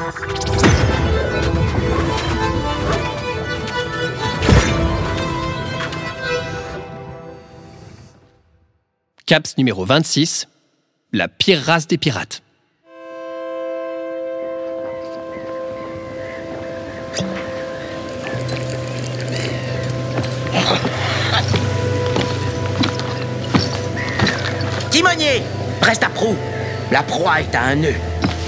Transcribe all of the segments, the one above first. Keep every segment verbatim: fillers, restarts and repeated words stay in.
Caps numéro vingt-six, la pire race des pirates. Timonier, reste à proue. La proie est à un nœud.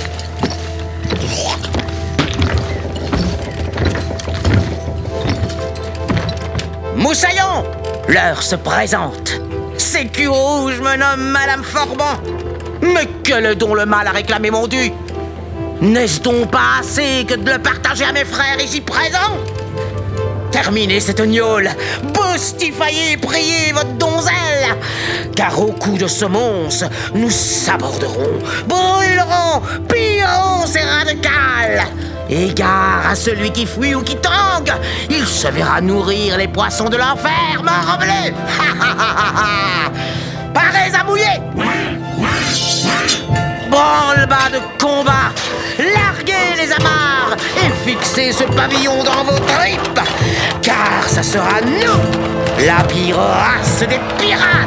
Moussaillon, l'heure se présente. Sécu rouge me nomme Madame Forban. Mais quel est donc le mal à réclamer mon dû? N'est-ce donc pas assez que de le partager à mes frères ici présents? Terminez cette gnôle, boustifaillez et priez votre donzelle, car au coup de semonce, nous saborderons, brûlerons, pillerons ces rats de cale. Égare à celui qui fuit ou qui tangue, il se verra nourrir les poissons de l'enfer, morbleu. Parez à mouiller. Branle-bas de combat, larguez les amarres et fixez ce pavillon dans vos tripes, car ça sera nous, la pire race des pirates.